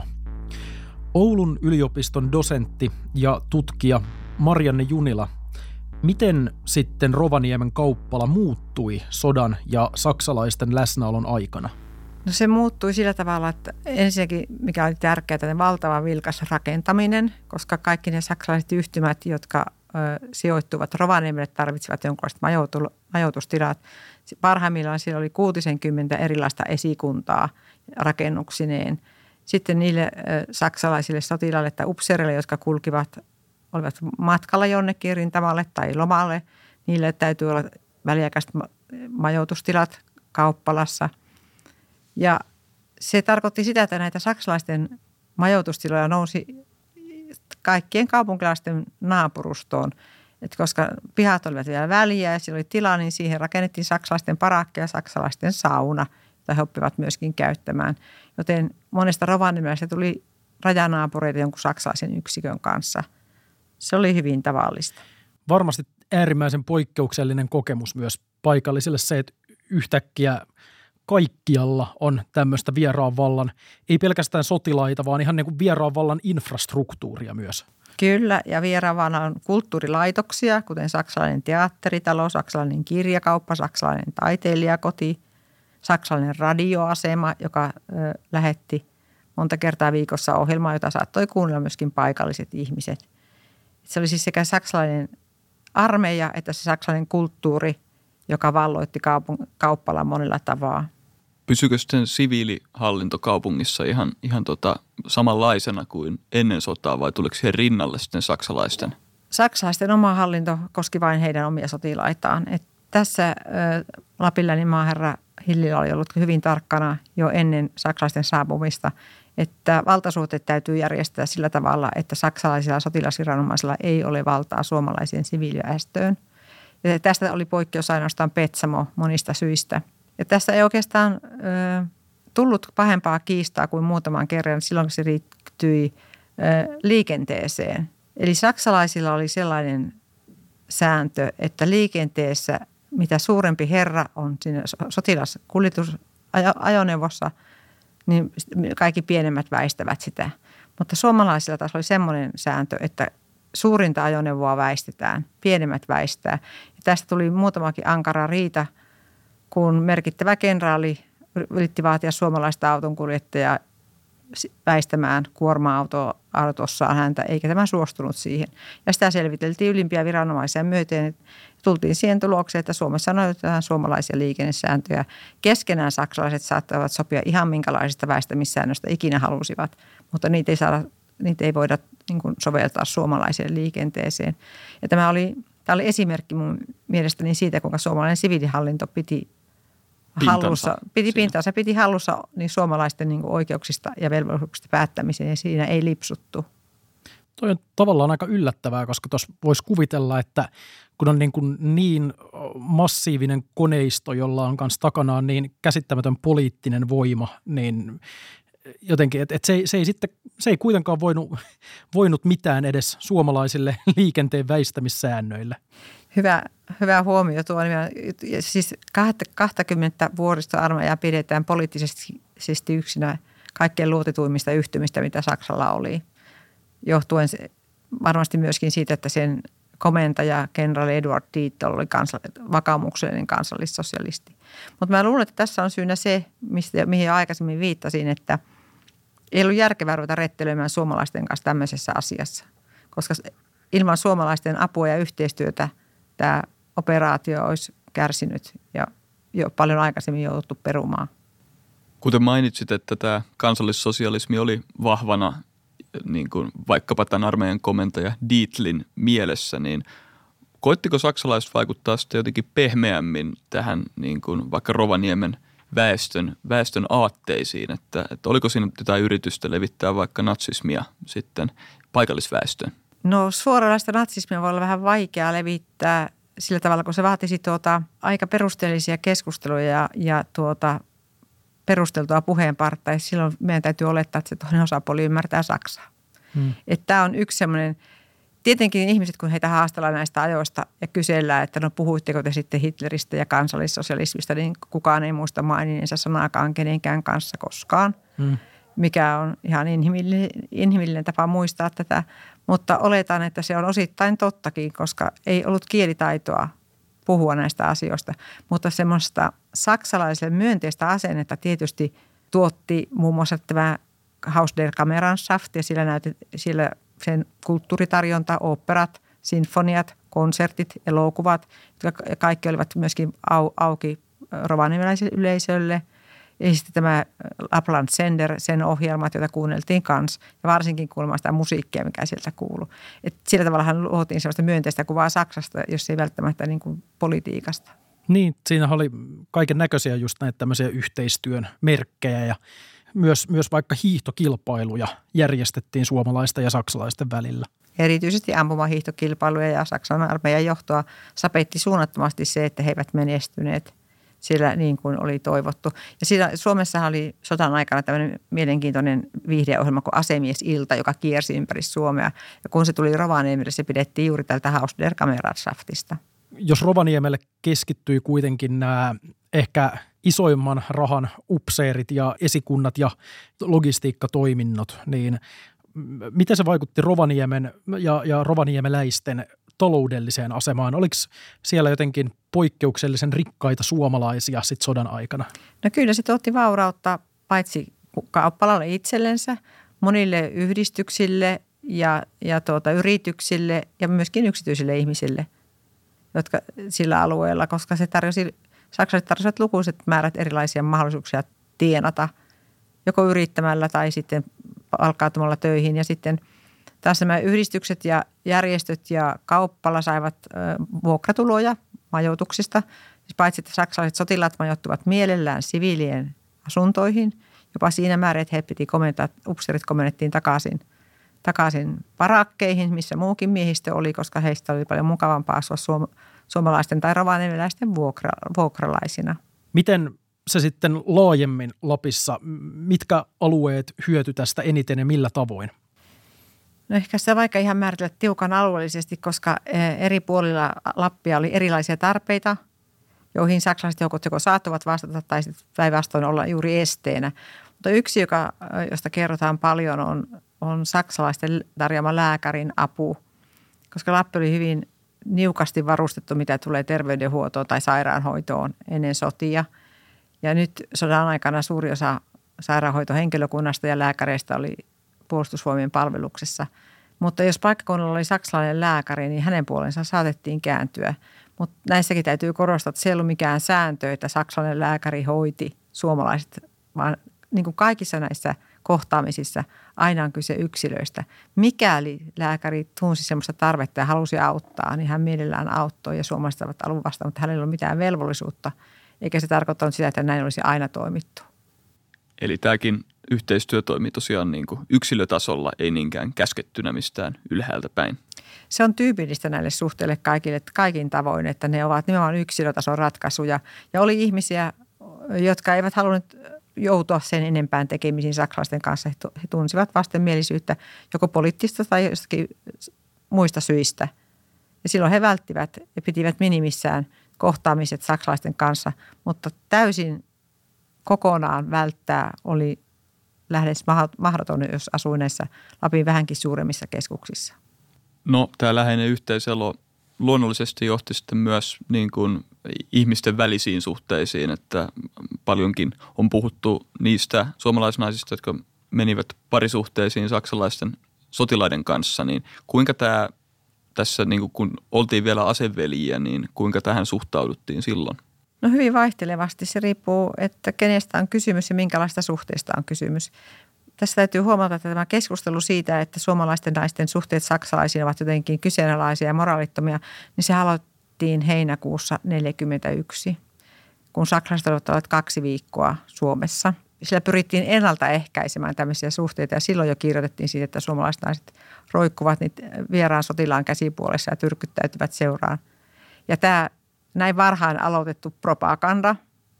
Oulun yliopiston dosentti ja tutkija Marianne Junila. Miten sitten Rovaniemen kauppala muuttui sodan ja saksalaisten läsnäolon aikana? No se muuttui sillä tavalla, että ensinnäkin, mikä oli tärkeää, valtava vilkas rakentaminen, koska kaikki ne saksalaiset yhtymät, jotka sijoittuvat Rovaniemelle, tarvitsivat jonkinlaiset majoitustilat. Parhaimmillaan siellä oli 60 erilaista esikuntaa rakennuksineen. Sitten niille saksalaisille sotilaille tai upseereille, jotka olivat matkalla jonnekin rintamalle tai lomalle, niille täytyy olla väliaikaiset majoitustilat kauppalassa. Ja se tarkoitti sitä, että näitä saksalaisten majoitustiloja nousi kaikkien kaupunkilaisten naapurustoon. Et koska pihat olivat vielä väliä ja siellä oli tilaa, niin siihen rakennettiin saksalaisten parakka ja saksalaisten sauna, jota he oppivat myöskin käyttämään. Joten monesta Rovaniemestä tuli rajanaapureita jonkun saksalaisen yksikön kanssa. Se oli hyvin tavallista. Varmasti äärimmäisen poikkeuksellinen kokemus myös paikallisille se, että yhtäkkiä kaikkialla on tämmöistä vieraan vallan, ei pelkästään sotilaita, vaan ihan niin kuin vieraan vallan infrastruktuuria myös. Kyllä, ja vieraan vallan on kulttuurilaitoksia, kuten saksalainen teatteritalo, saksalainen kirjakauppa, saksalainen taiteilijakoti, saksalainen radioasema, joka lähetti monta kertaa viikossa ohjelmaa, jota saattoi kuunnella myöskin paikalliset ihmiset. Se oli siis sekä saksalainen armeija että se saksalainen kulttuuri, joka valloitti kauppalan monella tavalla. Pysyykö sitten siviilihallinto kaupungissa ihan samanlaisena kuin ennen sotaa vai tuliko siihen rinnalle sitten saksalaisten? Saksalaisten oma hallinto koski vain heidän omia sotilaitaan. Tässä Lapinlännin maaherra Hillilä oli ollut hyvin tarkkana jo ennen saksalaisten saapumista, että valtasuhteet täytyy järjestää sillä tavalla, että saksalaisilla sotilasviranomaisilla ei ole valtaa suomalaiseen siviiliväestöön. Ja tästä oli poikkeus ainoastaan Petsamo monista syistä. Ja tässä ei oikeastaan tullut pahempaa kiistaa kuin muutaman kerran silloin, kun se liittyi liikenteeseen. Eli saksalaisilla oli sellainen sääntö, että liikenteessä mitä suurempi herra on siinä sotilaskuljetusajoneuvossa, niin kaikki pienemmät väistävät sitä. Mutta suomalaisilla taas oli semmoinen sääntö, että suurinta ajoneuvoa väistetään, pienemmät väistää. Ja tästä tuli muutamakin ankara riita, kun merkittävä kenraali yritti vaatia suomalaista autonkuljettajaa väistämään kuorma-autossaan häntä, eikä tämä suostunut siihen. Ja sitä selviteltiin ylimpiä viranomaisia myöten. Tultiin siihen tulokseen, että Suomessa noudatetaan suomalaisia liikennesääntöjä. Keskenään saksalaiset saattavat sopia ihan minkälaisista väistämissäännöistä ikinä halusivat, mutta niitä ei voida niin kuin soveltaa suomalaiseen liikenteeseen. Ja tämä oli esimerkki mun mielestäni siitä, kuinka suomalainen siviilihallinto piti hallussa niin suomalaisten niin kuin oikeuksista ja velvollisuuksista päättämiseen, ja siinä ei lipsuttu. Toi on tavallaan aika yllättävää, koska tuossa voisi kuvitella, että kun on niin massiivinen koneisto, jolla on kanssa takanaan niin käsittämätön poliittinen voima, niin jotenkin, että se ei kuitenkaan voinut mitään edes suomalaisille liikenteen väistämissäännöille. Hyvä huomio tuo. Siis 20 vuoristoarmeijaa pidetään poliittisesti yksinä kaikkein luotetuimmista yhtymistä, mitä Saksalla oli. Johtuen varmasti myöskin siitä, että sen komentaja, kenraali Eduard Tiito oli vakaumuksellinen kansallissosialisti. Mutta mä luulen, että tässä on syynä se, mihin aikaisemmin viittasin, että ei ollut järkevää ruveta rettelöimään suomalaisten kanssa tämmöisessä asiassa, koska ilman suomalaisten apua ja yhteistyötä tämä operaatio olisi kärsinyt ja jo paljon aikaisemmin jouduttu perumaan. Kuten mainitsit, että tämä kansallissosialismi oli vahvana niin kuin vaikkapa tämän armeijan komentaja Dietlin mielessä, niin koittiko saksalaiset vaikuttaa sitten jotenkin pehmeämmin tähän niin kuin vaikka Rovaniemen väestön aatteisiin, että oliko siinä jotain yritystä levittää vaikka natsismia sitten paikallisväestöön? No suoranaista natsismia voi olla vähän vaikea levittää sillä tavalla, kun se vaatisi aika perusteellisia keskusteluja ja perusteltua puheenpartta, ja silloin meidän täytyy olettaa, että se toinen osapuoli ymmärtää saksaa. Tämä on yksi semmoinen, tietenkin ihmiset, kun heitä haastellaan näistä ajoista ja kysellään, että no puhuitteko te sitten Hitleristä ja kansallissosialismista, niin kukaan ei muista mainineensa sanaakaan kenenkään kanssa koskaan, mikä on ihan inhimillinen tapa muistaa tätä. Mutta oletan, että se on osittain tottakin, koska ei ollut kielitaitoa puhua näistä asioista. Mutta semmoista saksalaiselle myönteistä asennetta tietysti tuotti muun muassa tämä Haus der Kameradschaft ja sillä sen kulttuuritarjonta, oopperat, sinfoniat, konsertit, elokuvat, jotka kaikki olivat myöskin auki rovaniemeläiselle yleisölle. Ja sitten tämä Lapland Sender, sen ohjelmat, joita kuunneltiin kanssa. Ja varsinkin kuulemaan sitä musiikkia, mikä sieltä kuului. Et sillä tavallahan luotiin sellaista myönteistä kuvaa Saksasta, jos ei välttämättä niin kuin politiikasta. Niin, siinä oli kaiken näköisiä just näitä tämmöisiä yhteistyön merkkejä ja myös vaikka hiihtokilpailuja järjestettiin suomalaisten ja saksalaisten välillä. Erityisesti ampumahiihtokilpailuja ja Saksan armeijan johtoa sapetti suunnattomasti se, että he eivät menestyneet sillä niin kuin oli toivottu. Ja Suomessahan oli sodan aikana tämmöinen mielenkiintoinen viihdeohjelma kuin Asemiesilta, joka kiersi ympäri Suomea. Ja kun se tuli Rovaniemelle, se pidettiin juuri tältä Haus der Kameradschaftista. Jos Rovaniemelle keskittyi kuitenkin nämä ehkä isoimman rahan upseerit ja esikunnat ja logistiikkatoiminnot, niin miten se vaikutti Rovaniemen ja rovaniemeläisten taloudelliseen asemaan? Oliko siellä jotenkin poikkeuksellisen rikkaita suomalaisia sit sodan aikana? No kyllä se tuotti vaurautta paitsi kauppalalle itsellensä, monille yhdistyksille ja yrityksille ja myöskin yksityisille ihmisille, jotka sillä alueella, koska saksalaiset tarjosivat lukuiset määrät erilaisia mahdollisuuksia tienata joko yrittämällä tai sitten palkkautumalla töihin. Ja sitten taas nämä yhdistykset ja järjestöt ja kauppala saivat vuokratuloja majoituksista. Siis paitsi, että saksalaiset sotilaat majoittuvat mielellään siviilien asuntoihin, jopa siinä määrin, että he piti komentaa, upseerit komennettiin takaisin parakkeihin, missä muukin miehistö oli, koska heistä oli paljon mukavampaa asua suomalaisten tai rovaniemeläisten vuokralaisina. Miten se sitten laajemmin Lapissa, mitkä alueet hyöty tästä eniten ja millä tavoin? No ehkä sitä vaikka ihan määritellä tiukan alueellisesti, koska eri puolilla Lappia oli erilaisia tarpeita, joihin saksalaiset joukot joko saattoivat vastata tai sitten päinvastoin olla juuri esteenä. Mutta yksi, josta kerrotaan paljon, on saksalaisten tarjoama lääkärin apu, koska Lappi oli hyvin niukasti varustettu, mitä tulee terveydenhuoltoon tai sairaanhoitoon ennen sotia. Ja nyt sodan aikana suuri osa sairaanhoitohenkilökunnasta ja lääkäreistä oli puolustusvoimien palveluksessa. Mutta jos paikkakunnalla oli saksalainen lääkäri, niin hänen puolensa saatettiin kääntyä. Mutta näissäkin täytyy korostaa, että se ei ollut mikään sääntö, että saksalainen lääkäri hoiti suomalaiset, vaan niin kuin kaikissa näissä kohtaamisissa aina on kyse yksilöistä. Mikäli lääkäri tunsi sellaista tarvetta ja halusi auttaa, niin hän mielellään auttoi ja suomalaiset saavat alun vastaan, mutta hänellä ei ollut mitään velvollisuutta, eikä se tarkoittanut sitä, että näin olisi aina toimittu. Eli tämäkin yhteistyö toimii tosiaan niin kuin yksilötasolla, ei niinkään käskettynä mistään ylhäältä päin. Se on tyypillistä näille suhteille kaikille, kaikin tavoin, että ne ovat nimenomaan yksilötason ratkaisuja. Ja oli ihmisiä, jotka eivät halunneet joutua sen enempään tekemisiin saksalaisten kanssa. He tunsivat vastenmielisyyttä joko poliittista tai jostakin muista syistä. Ja silloin he välttivät ja pitivät minimissään kohtaamiset saksalaisten kanssa, mutta täysin kokonaan välttää oli lähes mahdoton, jos asui näissä Lapin vähänkin suuremmissa keskuksissa. No, tämä läheinen yhteiselo luonnollisesti johti sitten myös niin kuin ihmisten välisiin suhteisiin, että paljonkin on puhuttu niistä suomalaisnaisista, jotka menivät parisuhteisiin saksalaisten sotilaiden kanssa, niin kuinka tämä tässä, niin kun oltiin vielä aseveljiä, niin kuinka tähän suhtauduttiin silloin? No hyvin vaihtelevasti. Se riippuu, että kenestä on kysymys ja minkälaista suhteesta on kysymys. Tässä täytyy huomata, että tämä keskustelu siitä, että suomalaisten naisten suhteet saksalaisiin ovat jotenkin kyseenalaisia ja moraalittomia, niin se aloittiin heinäkuussa 1941, kun saksalaiset olivat olleet 2 viikkoa Suomessa. Sillä pyrittiin ennaltaehkäisemään tämmöisiä suhteita ja silloin jo kirjoitettiin siitä, että suomalaiset naiset roikkuvat niitä vieraan sotilaan käsipuolessa ja tyrkyttäytyvät seuraan. Ja tämä näin varhain aloitettu propaganda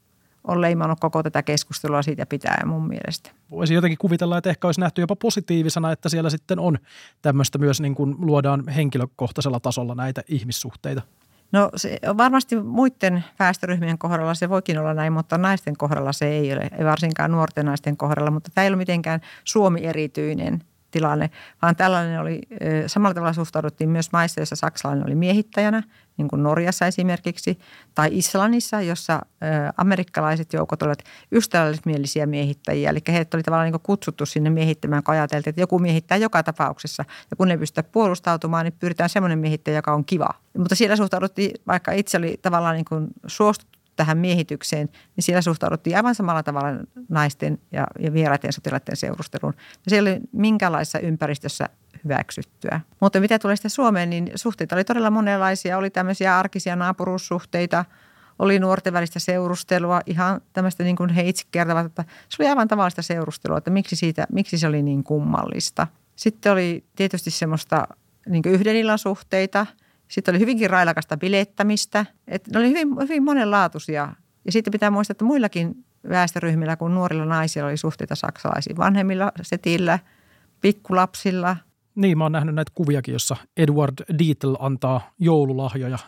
on leimannut koko tätä keskustelua siitä pitäen mun mielestä. Voisi jotenkin kuvitella, että ehkä olisi nähty jopa positiivisena, että siellä sitten on tämmöistä myös niin kuin luodaan henkilökohtaisella tasolla näitä ihmissuhteita. No se varmasti muiden väestöryhmien kohdalla se voikin olla näin, mutta naisten kohdalla se ei ole, ei varsinkaan nuorten naisten kohdalla, mutta tämä ei ole mitenkään Suomi-erityinen tilanne, vaan tällainen oli, samalla tavalla suhtauduttiin myös maissa, joissa saksalainen oli miehittäjänä, niin kuin Norjassa esimerkiksi, tai Islannissa, jossa amerikkalaiset joukot olivat ystävällismielisiä miehittäjiä, eli heidät oli tavallaan niin kutsuttu sinne miehittämään, kun ajateltiin, että joku miehittää joka tapauksessa, ja kun ei pystytä puolustautumaan, niin pyritään semmoinen miehittäjä, joka on kiva. Mutta siellä suhtauduttiin, vaikka itse oli tavallaan niin kuin suostuttu tähän miehitykseen, niin siellä suhtauduttiin aivan samalla tavalla naisten ja vieraiden sotilaiden seurusteluun. Ja se ei ole minkälaisessa ympäristössä hyväksyttyä. Mutta mitä tulee sitten Suomeen, niin suhteita oli todella monenlaisia. Oli tämmöisiä arkisia naapuruussuhteita, oli nuorten välistä seurustelua, ihan tämmöistä niin kuin he itse kertovat, että se oli aivan tavallista seurustelua, että miksi se oli niin kummallista. Sitten oli tietysti semmoista niin kuin yhden illan suhteita. Sitten oli hyvinkin railakasta bilettämistä. Että ne oli hyvin monenlaatuisia. Ja sitten pitää muistaa, että muillakin väestöryhmillä kuin nuorilla naisilla oli suhteita saksalaisiin. Vanhemmilla setillä, pikkulapsilla. Niin, mä oon nähnyt näitä kuviakin, jossa Edward Dietl antaa joululahjoja.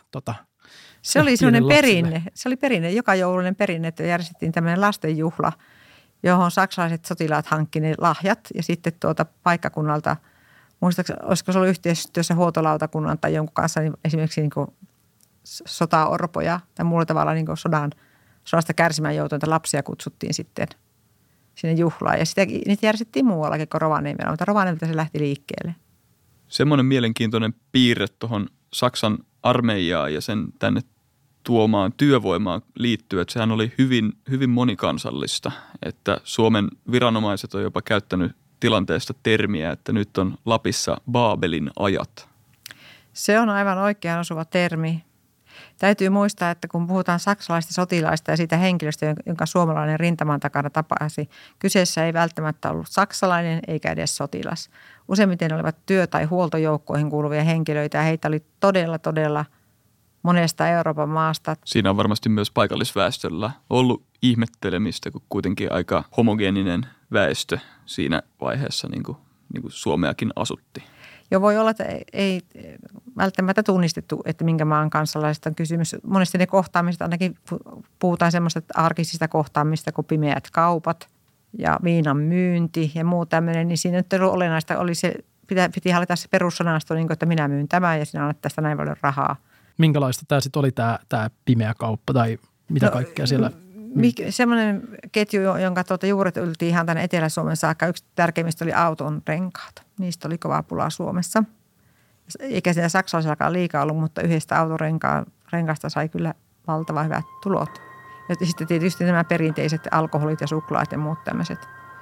Se oli sellainen perinne. Se oli perinne, joka joulunen perinne, että järjestettiin tämmöinen lastenjuhla, johon saksalaiset sotilaat hankkineet lahjat. Ja sitten paikkakunnalta, muistaakseni, olisiko se ollut yhteistyössä huoltolautakunnan tai jonkun kanssa, niin esimerkiksi niin kuin sotaorpoja tai muulla tavalla niin kuin sodasta kärsimään joutuneita lapsia kutsuttiin sitten sinne juhlaan. Ja niitä järjestettiin muuallakin kuin Rovaniemellä, mutta Rovaniemeltä se lähti liikkeelle. Semmoinen mielenkiintoinen piirre tuohon Saksan armeijaan ja sen tänne tuomaan työvoimaan liittyy, että sehän oli hyvin, hyvin monikansallista, että Suomen viranomaiset on jopa käyttänyt tilanteesta termiä, että nyt on Lapissa Baabelin ajat. Se on aivan oikean osuva termi. Täytyy muistaa, että kun puhutaan saksalaisista sotilaista ja siitä henkilöstä, jonka suomalainen rintaman takana tapasi, kyseessä ei välttämättä ollut saksalainen eikä edes sotilas. Useimmiten olivat työ- tai huoltojoukkoihin kuuluvia henkilöitä ja heitä oli todella monesta Euroopan maasta. Siinä on varmasti myös paikallisväestöllä ollut ihmettelemistä, kun kuitenkin aika homogeeninen väestö siinä vaiheessa niin kuin Suomeakin asutti. Jo voi olla, että ei välttämättä tunnistettu, että minkä maan kansalaisista on kysymys. Monesti ne kohtaamiset, ainakin puhutaan semmoista arkisista kohtaamista kuin pimeät kaupat ja viinan myynti ja muu tämmöinen, niin siinä nyt ei ollut olennaista. Oli se, piti hallita se perussanasto, niin kuin, että minä myyn tämän ja sinä annat tästä näin paljon rahaa. Minkälaista tämä sitten oli tämä pimeä kauppa tai mitä kaikkea siellä? Semmoinen ketju, jonka juuret yltiin ihan tänne Etelä-Suomen saakka. Yksi tärkeimmistä oli auton renkaat. Niistä oli kovaa pulaa Suomessa. Eikä siellä saksalaisellakaan liikaa ollut, mutta yhdestä autorenkaasta sai kyllä valtavan hyvät tulot. Ja sitten tietysti nämä perinteiset alkoholit ja suklaat ja muut tämmöiset,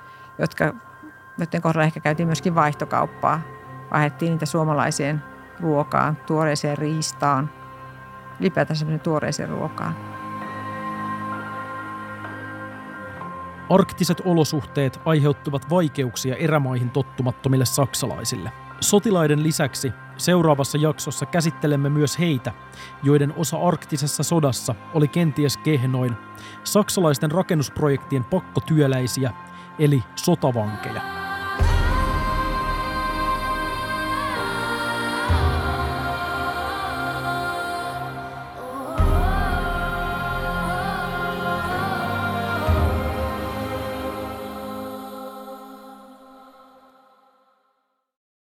joiden kohdalla ehkä käytiin myöskin vaihtokauppaa. Vaihdettiin niitä suomalaiseen ruokaan, tuoreeseen riistaan, ylipäätään semmoinen tuoreeseen ruokaan. Arktiset olosuhteet aiheuttivat vaikeuksia erämaihin tottumattomille saksalaisille. Sotilaiden lisäksi seuraavassa jaksossa käsittelemme myös heitä, joiden osa arktisessa sodassa oli kenties kehnoin, saksalaisten rakennusprojektien pakkotyöläisiä, eli sotavankeja.